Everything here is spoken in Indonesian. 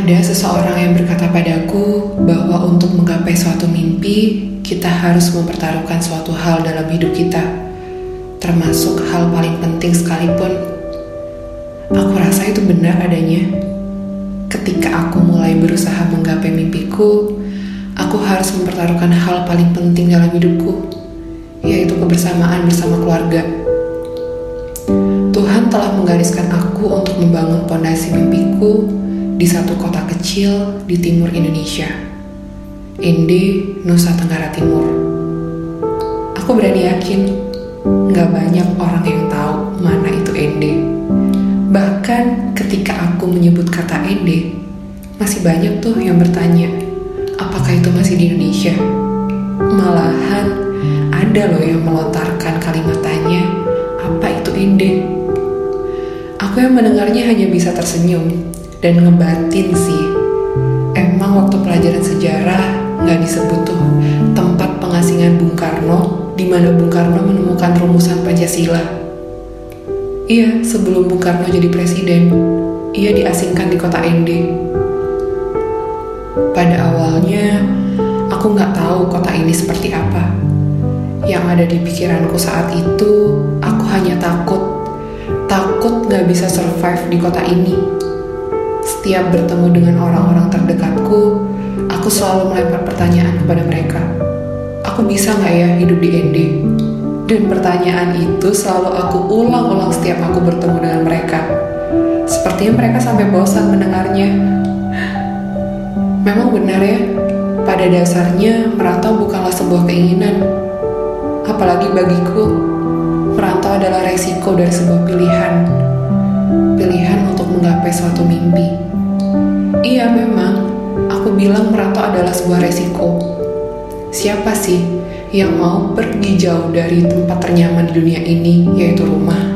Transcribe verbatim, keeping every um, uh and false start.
Ada seseorang yang berkata padaku bahwa untuk menggapai suatu mimpi, kita harus mempertaruhkan suatu hal dalam hidup kita, termasuk hal paling penting sekalipun. Aku rasa itu benar adanya. Ketika aku mulai berusaha menggapai mimpiku, aku harus mempertaruhkan hal paling penting dalam hidupku, yaitu kebersamaan bersama keluarga. Tuhan telah menggariskan aku untuk membangun pondasi mimpiku di satu kota kecil di timur Indonesia, Ende, Nusa Tenggara Timur. Aku berani yakin gak banyak orang yang tahu mana itu Ende. Bahkan ketika aku menyebut kata Ende, masih banyak tuh yang bertanya, apakah itu masih di Indonesia? Malahan ada loh yang melontarkan kalimat tanya, apa itu Ende? Aku yang mendengarnya hanya bisa tersenyum dan ngebatin sih. Emang waktu pelajaran sejarah gak disebut tuh tempat pengasingan Bung Karno, di mana Bung Karno menemukan rumusan Pancasila. Iya, sebelum Bung Karno jadi presiden, ia diasingkan di kota Ende. Pada awalnya, aku gak tahu kota ini seperti apa. Yang ada di pikiranku saat itu, aku hanya takut. Takut gak bisa survive di kota ini. Setiap bertemu dengan orang-orang terdekatku, aku selalu melempar pertanyaan kepada mereka. Aku bisa gak ya hidup di Ende? Dan pertanyaan itu selalu aku ulang-ulang setiap aku bertemu dengan mereka. Sepertinya mereka sampai bosan mendengarnya. Memang benar ya, pada dasarnya merantau bukanlah sebuah keinginan. Apalagi bagiku, merantau adalah resiko dari sebuah pilihan. Pilihan untuk menggapai suatu mimpi. Iya memang, aku bilang merantau adalah sebuah resiko. Siapa sih yang mau pergi jauh dari tempat ternyaman di dunia ini, yaitu rumah?